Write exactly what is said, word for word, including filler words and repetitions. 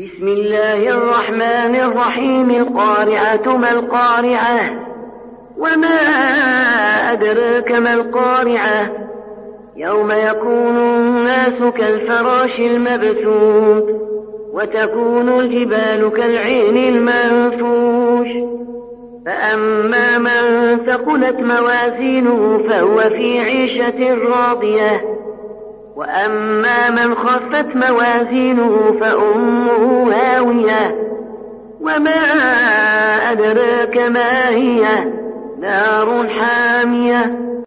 بسم الله الرحمن الرحيم. القارعة ما القارعة وما أدراك ما القارعة يوم يكون الناس كالفراش المبثوث وتكون الجبال كالعين المنفوش فأما من ثقلت موازينه فهو في عيشة راضية وأما من خفت موازينه فأمه هاوية وما أدراك ما هي نار حامية